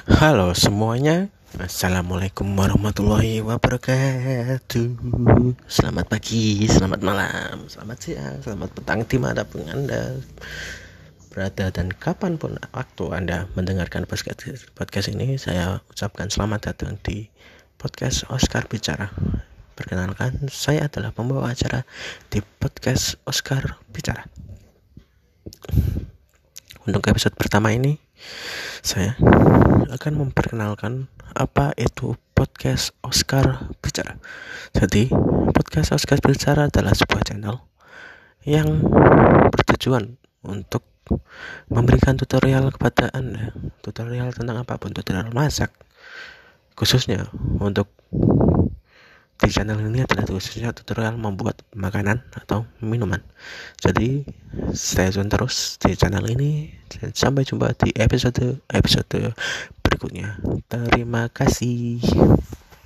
Halo semuanya, Assalamualaikum warahmatullahi wabarakatuh. Selamat pagi, selamat malam, selamat siang, selamat petang dimanapun Anda berada dan kapanpun waktu Anda mendengarkan podcast ini. Saya ucapkan selamat datang di podcast Oscar Bicara. Perkenalkan, saya adalah pembawa acara di podcast Oscar Bicara. Untuk episode pertama ini, saya akan memperkenalkan apa itu podcast Oscar Bicara. Jadi, podcast Oscar Bicara adalah sebuah channel yang bertujuan untuk memberikan tutorial kepada Anda, tutorial tentang apapun, tutorial masak, khususnya untuk di channel ini adalah khususnya tutorial membuat makanan atau minuman. Jadi stay tune terus di channel ini. Sampai jumpa di episode berikutnya. Terima kasih.